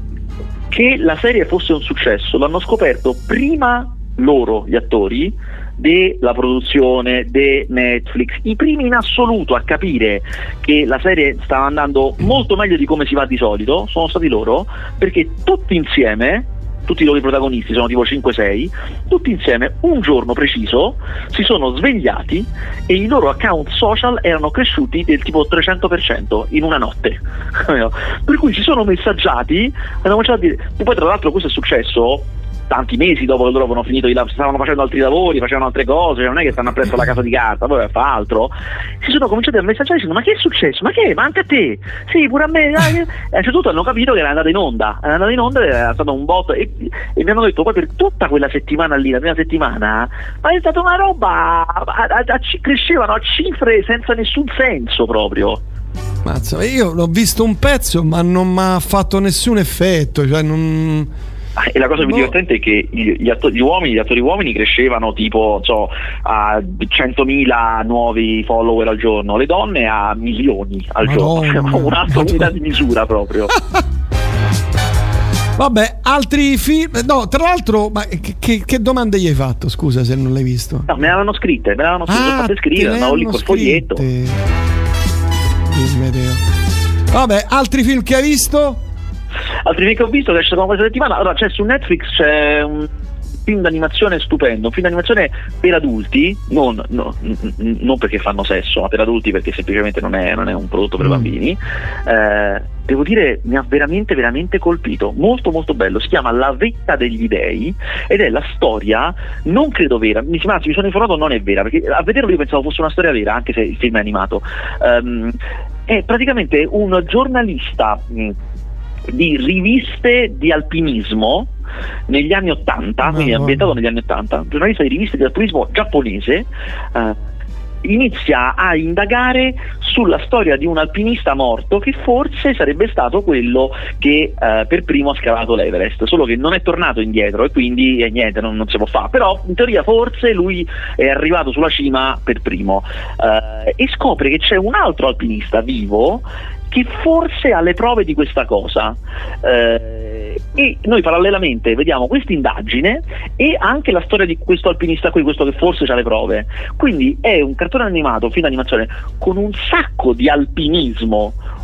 che la serie fosse un successo, l'hanno scoperto prima loro, gli attori, della produzione, de Netflix, i primi in assoluto a capire che la serie stava andando molto meglio di come si va di solito sono stati loro, perché tutti insieme, tutti i loro protagonisti, sono tipo cinque sei, tutti insieme un giorno preciso si sono svegliati e i loro account social erano cresciuti del tipo trecento per cento in una notte. Per cui si sono messaggiati, hanno cominciato a dire, poi tra l'altro questo è successo tanti mesi dopo che loro avevano finito i lavori, stavano facendo altri lavori, facevano altre cose, non è che stanno appresso alla Casa di Carta, poi fa altro, si sono cominciati a messaggiare dicendo ma che è successo? Ma che? Ma anche a te? Sì, pure a me. E a un certo punto hanno capito che era andata in onda, era andata in onda, era stato un botto e, e mi hanno detto poi per tutta quella settimana lì, la prima settimana, ma è stata una roba, a, a, a, crescevano a cifre senza nessun senso proprio. Mazza, io l'ho visto un pezzo ma non mi ha fatto nessun effetto, cioè non... E la cosa più no. divertente è che gli, attori, gli uomini, gli attori uomini crescevano tipo so, a centomila nuovi follower al giorno, le donne a milioni al Madonna, giorno, un'altra unità di misura proprio. Vabbè, altri film. No, tra l'altro, ma che, che, che domande gli hai fatto? Scusa se non l'hai visto. No, me le avevano scritte, me le avevano scritte, ah, fatte scrivere, andavo lì col foglietto. Vabbè, altri film che hai visto? Altri film che ho visto che ci sono questa settimana, allora c'è su Netflix c'è un film d'animazione stupendo, un film d'animazione per adulti, non, no, n- non perché fanno sesso, ma per adulti perché semplicemente non è, non è un prodotto per mm. bambini. Eh, devo dire mi ha veramente veramente colpito, molto molto bello, si chiama La vetta degli dei ed è la storia, non credo vera, mi, anzi mi sono informato, non è vera, perché a vederlo io pensavo fosse una storia vera anche se il film è animato. Um, è praticamente un giornalista mh, di riviste di alpinismo negli anni ottanta, quindi è ambientato negli anni ottanta, giornalista di riviste di alpinismo giapponese, eh, inizia a indagare sulla storia di un alpinista morto che forse sarebbe stato quello che eh, per primo ha scalato l'Everest, solo che non è tornato indietro e quindi eh, niente, non, non si può fare, però in teoria forse lui è arrivato sulla cima per primo, eh, e scopre che c'è un altro alpinista vivo che forse ha le prove di questa cosa, eh, e noi parallelamente vediamo questa indagine e anche la storia di questo alpinista qui, questo che forse ha le prove, quindi è un cartone animato, un film d'animazione con un sacco di alpinismo,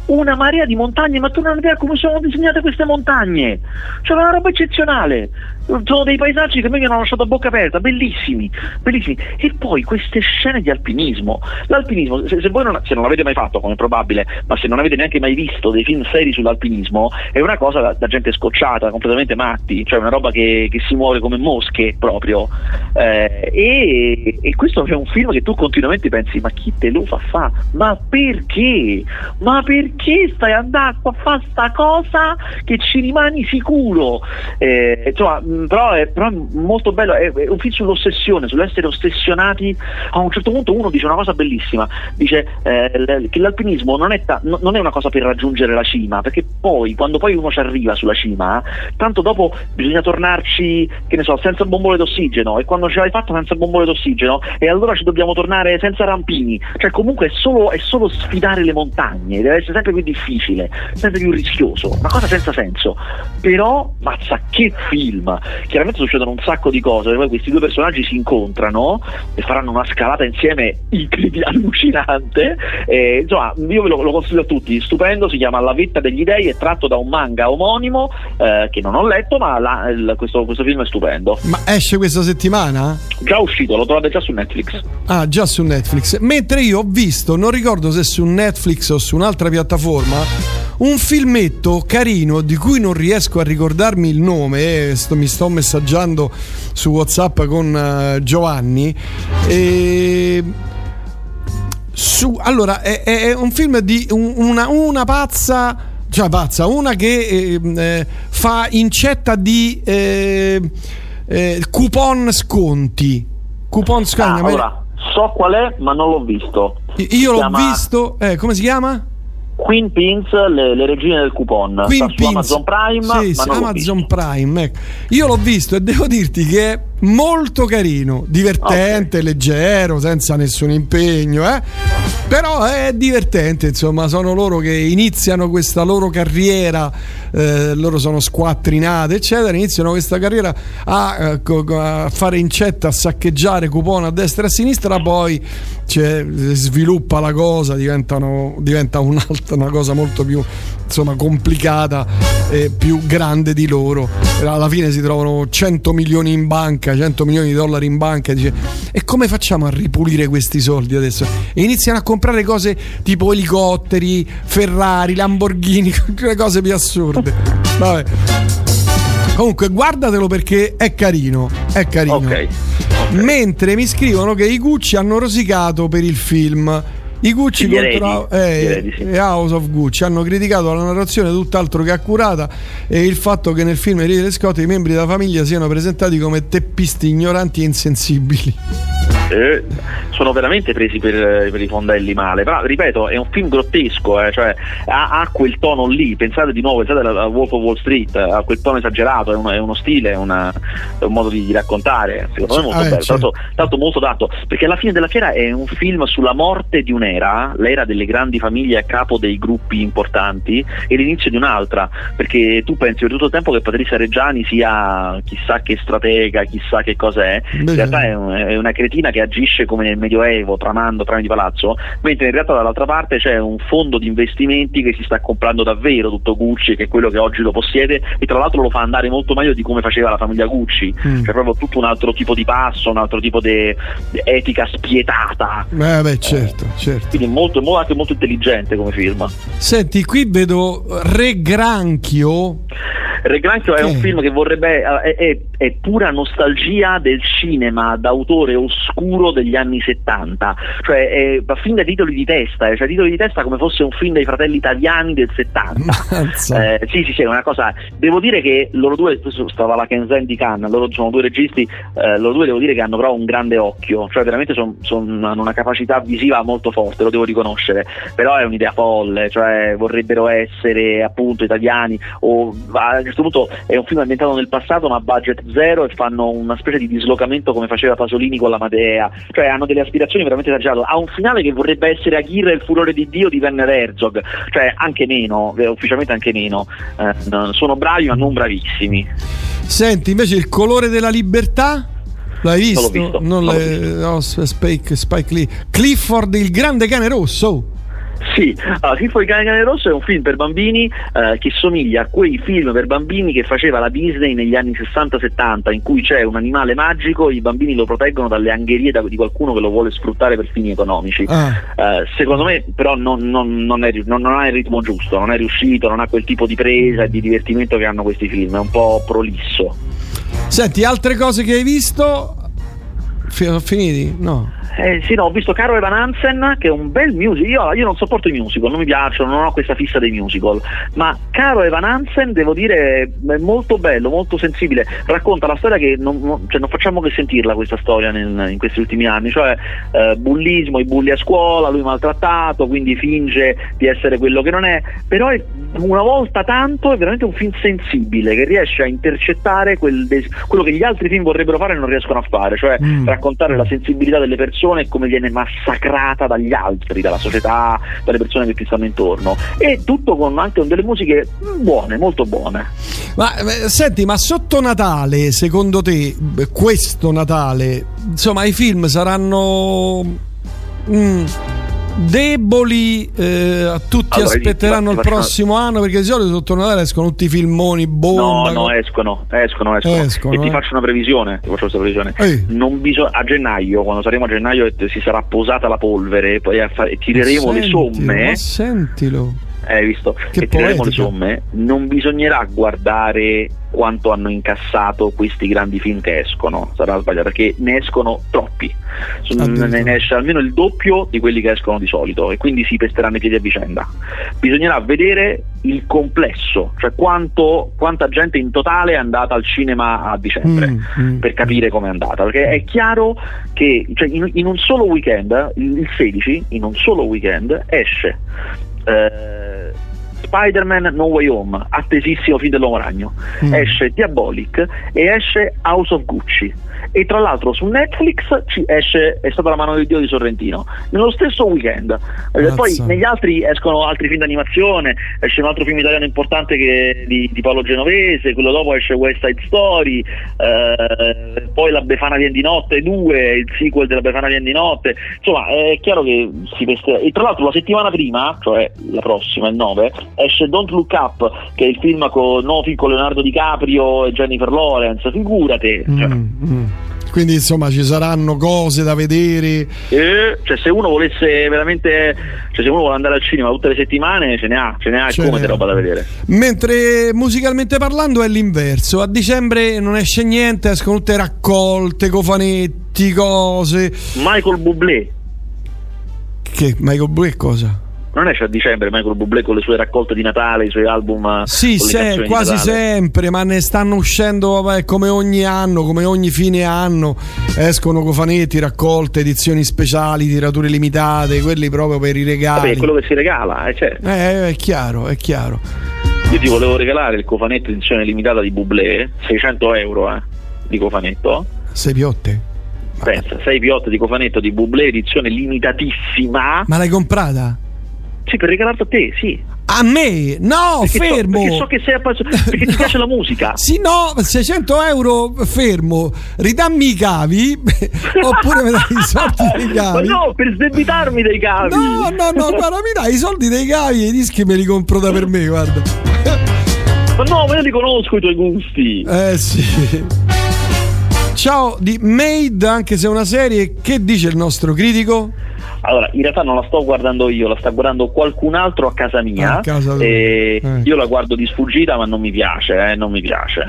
una marea di montagne, ma tu non hai idea come sono disegnate queste montagne, cioè una roba eccezionale, sono dei paesaggi che a me mi hanno lasciato a bocca aperta, bellissimi, bellissimi. E poi queste scene di alpinismo, l'alpinismo, se, se voi non, se non l'avete mai fatto, come è probabile, ma se non avete neanche mai visto dei film seri sull'alpinismo, è una cosa da, da gente scocciata, completamente matti, cioè una roba che, che si muove come mosche proprio, eh, e, e questo è un film che tu continuamente pensi, ma chi te lo fa fa? Ma perché? Ma perché stai andando a fare sta cosa che ci rimani sicuro? Eh, insomma, però è, però è molto bello, è, è un film sull'ossessione, sull'essere ossessionati. A un certo punto uno dice una cosa bellissima, dice eh, che l'alpinismo non è, ta- non è una cosa per raggiungere la cima, perché poi quando poi uno ci arriva sulla cima, tanto dopo bisogna tornarci, che ne so, senza bombole d'ossigeno, e quando ce l'hai fatta senza bombole d'ossigeno, e allora ci dobbiamo tornare senza rampini, cioè comunque è solo, è solo sfidare le montagne, deve essere sempre più difficile, sempre più rischioso, una cosa senza senso. Però mazza che film, chiaramente succedono un sacco di cose, poi questi due personaggi si incontrano e faranno una scalata insieme incredibile, allucinante, e, insomma io ve lo, lo consiglio a tutti, stupendo, si chiama La vetta degli dei, è tratto da un manga omonimo eh, che non ho letto, ma la, il, questo, questo film è stupendo. Ma esce questa settimana? Già uscito, lo trovate già su Netflix. Ah, già su Netflix. Mentre io ho visto, non ricordo se su Netflix o su un'altra piattaforma, un filmetto carino di cui non riesco a ricordarmi il nome, eh, sto, mi sto messaggiando su WhatsApp con uh, Giovanni, e su, allora è, è un film di un, una, una pazza, cioè pazza, una che eh, eh, fa incetta di eh, eh, coupon sconti. Coupon sconti. Ah, allora, so qual è, ma non l'ho visto. Io si l'ho chiama... visto, eh, come si chiama? Queen Pins, le, le regine del coupon. Queen Sta Pins. su Amazon Prime, sì, ma sì, non Amazon l'ho Prime, ecco. Io l'ho visto e devo dirti che è molto carino, divertente, okay, leggero, senza nessun impegno, eh? Però è divertente, insomma, sono loro che iniziano questa loro carriera, eh, loro sono squattrinate, eccetera, iniziano questa carriera a, a fare incetta, a saccheggiare coupon a destra e a sinistra, poi cioè, sviluppa la cosa, diventano, diventa un'altra, una cosa molto più, insomma, complicata e più grande di loro. Alla fine si trovano cento milioni in banca, cento milioni di dollari in banca, e dice: e come facciamo a ripulire questi soldi adesso? E iniziano a comprare cose tipo elicotteri, Ferrari, Lamborghini, le cose più assurde. Vabbè. Comunque guardatelo perché è carino, è carino. Okay. Okay. Mentre mi scrivono che i Gucci hanno rosicato per il film. I Gucci contro eh, sì. House of Gucci hanno criticato la narrazione tutt'altro che accurata e il fatto che nel film Ridley Scott i membri della famiglia siano presentati come teppisti ignoranti e insensibili. Eh, sono veramente presi per, per i fondelli male, però ripeto, è un film grottesco, eh, cioè ha, ha quel tono lì, pensate di nuovo, pensate a Wolf of Wall Street, ha quel tono esagerato, è, un, è uno stile, è, una, è un modo di, di raccontare, secondo me è molto ah, bello, certo. tanto, tanto molto dato, perché alla fine della fiera è un film sulla morte di un'era, l'era delle grandi famiglie a capo dei gruppi importanti, e l'inizio di un'altra, perché tu pensi per tutto il tempo che Patrizia Reggiani sia chissà che stratega, chissà che cosa è, in Beh, realtà è, un, è una cretina che agisce come nel Medioevo, tramando trame di palazzo, mentre in realtà dall'altra parte c'è un fondo di investimenti che si sta comprando davvero tutto Gucci, che è quello che oggi lo possiede, e tra l'altro lo fa andare molto meglio di come faceva la famiglia Gucci, mm. c'è proprio tutto un altro tipo di passo, un altro tipo di etica spietata. Eh beh, certo, eh, certo. Quindi molto, molto, anche molto intelligente come film. Senti, qui vedo Re Granchio. Re Granchio è un film che vorrebbe è, è, è pura nostalgia del cinema d'autore oscuro degli anni settanta, cioè è, va fin da titoli di testa, eh, cioè titoli di testa come fosse un film dei fratelli italiani del settanta. eh, sì sì sì, è una cosa, devo dire che loro due, stava la Kenzen di Cannes, loro sono due registi, eh, loro due devo dire che hanno però un grande occhio, cioè veramente son, son, hanno una capacità visiva molto forte, lo devo riconoscere, però è un'idea folle, cioè vorrebbero essere appunto italiani, o a questo punto è un film ambientato nel passato ma a budget zero, e fanno una specie di dislocamento come faceva Pasolini con la Madea, cioè hanno delle aspirazioni veramente esagerate, ha un finale che vorrebbe essere Aguirre e il furore di Dio di Werner Herzog, cioè anche meno, eh, ufficialmente anche meno, eh, sono bravi ma non bravissimi. Senti, invece Il colore della libertà l'hai visto? Non l'ho visto, non non le... l'ho visto. No, Spike, Spike Lee. Clifford il grande cane rosso. Sì, allora, Schiffo di cane cane rosso è un film per bambini eh, che somiglia a quei film per bambini che faceva la Disney negli anni sessanta settanta, in cui c'è un animale magico e i bambini lo proteggono dalle angherie da, di qualcuno che lo vuole sfruttare per fini economici. Ah. Eh, secondo me però non, non, non, è, non, non ha il ritmo giusto, non è riuscito, non ha quel tipo di presa e di divertimento che hanno questi film, è un po' prolisso. Senti, altre cose che hai visto? Sono finiti? No. Eh, sì, no, ho visto Caro Evan Hansen, che è un bel musical. Io, io non sopporto i musical, non mi piacciono, non ho questa fissa dei musical. Ma Caro Evan Hansen, devo dire, è molto bello, molto sensibile. Racconta la storia che non, non, cioè non facciamo che sentirla questa storia nel, in questi ultimi anni. Cioè, eh, bullismo, i bulli a scuola, lui maltrattato, quindi finge di essere quello che non è. Però è, una volta tanto è veramente un film sensibile che riesce a intercettare quel des- quello che gli altri film vorrebbero fare e non riescono a fare. Cioè, mm. raccontare la sensibilità delle persone e come viene massacrata dagli altri, dalla società, dalle persone che ti stanno intorno, e tutto con anche delle musiche buone, molto buone. Ma eh, senti, ma sotto Natale, secondo te, questo Natale, insomma, i film saranno mm, deboli, eh, tutti allora, aspetteranno il prossimo anno, perché di solito sotto Natale escono tutti i filmoni bomba. No, no, escono, escono, escono. escono e ti eh. faccio una previsione, ti faccio questa previsione. Non bisog- a gennaio, quando saremo a gennaio e si sarà posata la polvere, poi a fa- e tireremo ma le somme. Ma sentilo. Eh, hai visto? Che e tireremo le somme, non bisognerà guardare quanto hanno incassato questi grandi film che escono, sarà sbagliato, perché ne escono troppi, ne esce almeno il doppio di quelli che escono di solito e quindi si pesteranno i piedi a vicenda. Bisognerà vedere il complesso, cioè quanto, quanta gente in totale è andata al cinema a dicembre, mm, mm. per capire com'è andata, perché è chiaro che cioè, in, in un solo weekend, il sedici, in un solo weekend esce eh, Spider-Man No Way Home, attesissimo film dell'Uomo Ragno, mm. esce Diabolic e esce House of Gucci, e tra l'altro su Netflix ci esce È stata la mano di Dio di Sorrentino nello stesso weekend. Eh, poi negli altri escono altri film d'animazione, esce un altro film italiano importante che di, di Paolo Genovese, quello dopo esce West Side Story, eh, poi La Befana Vien di Notte due, il sequel della Befana Vien di Notte, insomma è chiaro che si peste. E tra l'altro la settimana prima, cioè la prossima, il nove, esce Don't Look Up, che è il film con, no, film con Leonardo DiCaprio e Jennifer Lawrence, figurate. Mm, cioè. mm. Quindi insomma ci saranno cose da vedere. Eh, cioè se uno volesse veramente, cioè se uno vuole andare al cinema tutte le settimane ce ne ha, ce ne ha e come di roba da vedere. Mentre musicalmente parlando è l'inverso, a dicembre non esce niente, escono tutte raccolte, cofanetti, cose. Michael Bublé. Che Michael Bublé cosa? Non esce a dicembre Michael Bublé con le sue raccolte di Natale, i suoi album? Sì, se, quasi sempre, ma ne stanno uscendo vabbè, come ogni anno, come ogni fine anno escono cofanetti, raccolte, edizioni speciali, tirature limitate, quelli proprio per i regali. Vabbè, è quello che si regala, eh, certo. Eh, è chiaro, è chiaro. Io ti volevo regalare il cofanetto edizione limitata di Bublé, seicento euro eh, di cofanetto. Sei piotte? Pensa, sei piotte di cofanetto di Bublé, edizione limitatissima. Ma l'hai comprata? Sì, per regalarlo a te, sì. A me? No, perché fermo! So, perché so che sei appassionato, perché no. ti piace la musica. Sì, no, seicento euro fermo. Ridammi i cavi oppure mi dai i soldi dei cavi. Ma no, per sdebitarmi dei cavi. No, no, no, guarda, mi dai i soldi dei cavi e i dischi me li compro da per me, guarda. Ma no, ma io li conosco i tuoi gusti. Eh sì. Ciao di Made, anche se è una serie, che dice il nostro critico? Allora, in realtà non la sto guardando io, la sta guardando qualcun altro a casa mia. A casa e eh. Io la guardo di sfuggita, ma non mi piace, eh, non mi piace.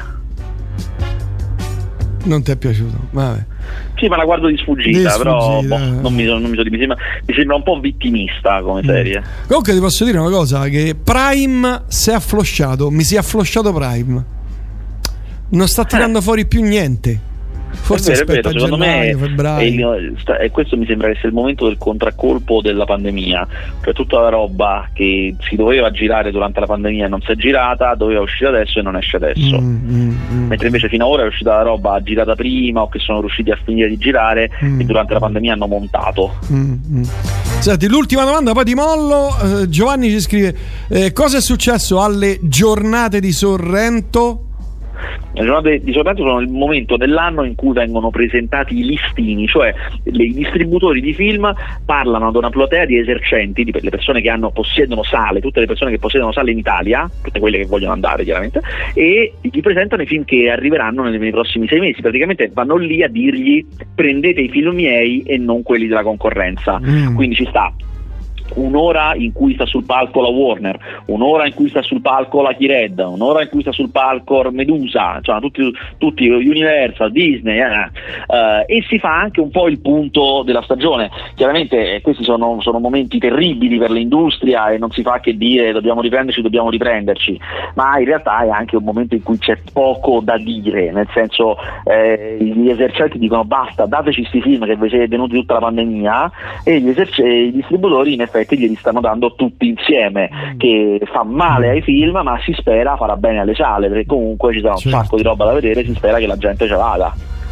Non ti è piaciuto? Vabbè. Sì, ma la guardo di sfuggita, di sfuggita però boh, eh. non mi, non mi, mi, sembra, mi sembra un po' vittimista come mm. serie. Comunque ti posso dire una cosa, che Prime si è afflosciato, mi si è afflosciato Prime. Non sta tirando eh. fuori più niente. Forse è vero, è vero. Secondo gennaio, me febbraio. È il, sta, e questo mi sembra essere il momento del contraccolpo della pandemia, cioè tutta la roba che si doveva girare durante la pandemia non si è girata, doveva uscire adesso e non esce adesso, mm, mm, mm. mentre invece fino ad ora è uscita la roba girata prima o che sono riusciti a finire di girare mm. e durante la pandemia hanno montato. mm, mm. Senti, l'ultima domanda poi ti mollo. eh, Giovanni ci scrive eh, cosa è successo alle giornate di Sorrento? Le giornate di sorteggio sono il momento dell'anno in cui vengono presentati i listini, cioè i distributori di film parlano ad una platea di esercenti, di le persone che hanno, possiedono sale, tutte le persone che possiedono sale in Italia, tutte quelle che vogliono andare chiaramente, e gli presentano i film che arriveranno nei, nei prossimi sei mesi. Praticamente vanno lì a dirgli: prendete i film miei e non quelli della concorrenza. Mm. Quindi ci sta un'ora in cui sta sul palco la Warner, un'ora in cui sta sul palco la Key-Red, un'ora in cui sta sul palco Medusa, cioè tutti, tutti Universal, Disney, eh, eh, e si fa anche un po' il punto della stagione. Chiaramente eh, questi sono, sono momenti terribili per l'industria e non si fa che dire dobbiamo riprenderci, dobbiamo riprenderci, ma in realtà è anche un momento in cui c'è poco da dire, nel senso eh, gli esercenti dicono basta, dateci questi film che vi siete tenuti tutta la pandemia, e gli, eserc- i distributori in effetti glieli stanno dando tutti insieme, che fa male ai film ma si spera farà bene alle sale, perché comunque ci sarà un certo. sacco di roba da vedere, si spera che la gente ce vada.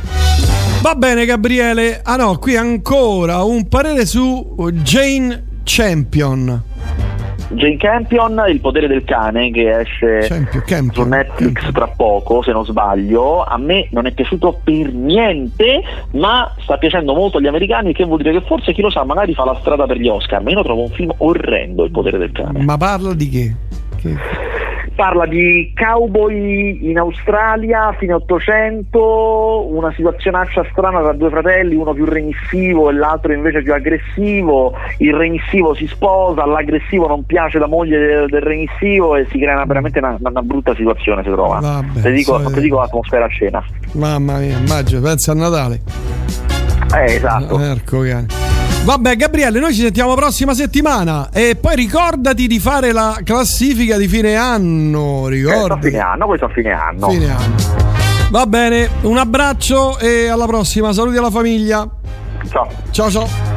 Va bene Gabriele. Ah no, qui ancora un parere su Jane Campion. Jane Campion, Il potere del cane, che esce Champion, Campion, su Netflix Campion. tra poco, se non sbaglio. A me non è piaciuto per niente, ma sta piacendo molto agli americani, che vuol dire che forse, chi lo sa, magari fa la strada per gli Oscar. Ma io lo trovo un film orrendo, Il potere del cane. Ma parla di che? che... Parla di cowboy in Australia a fine Ottocento, una situazionaccia strana tra due fratelli, uno più remissivo e l'altro invece più aggressivo. Il remissivo si sposa, all'aggressivo non piace la moglie del, del remissivo e si crea una, veramente una, una brutta situazione, si trova. Vabbè, te dico, non ti dico l'atmosfera a scena. Mamma mia, immagino, pensa a Natale. Eh, esatto. Erco, cane. Vabbè Gabriele, noi ci sentiamo prossima settimana e poi ricordati di fare la classifica di fine anno, ricordi? Eh, fine anno, questo a fine anno. Fine anno. Va bene, un abbraccio e alla prossima, saluti alla famiglia. Ciao. Ciao ciao.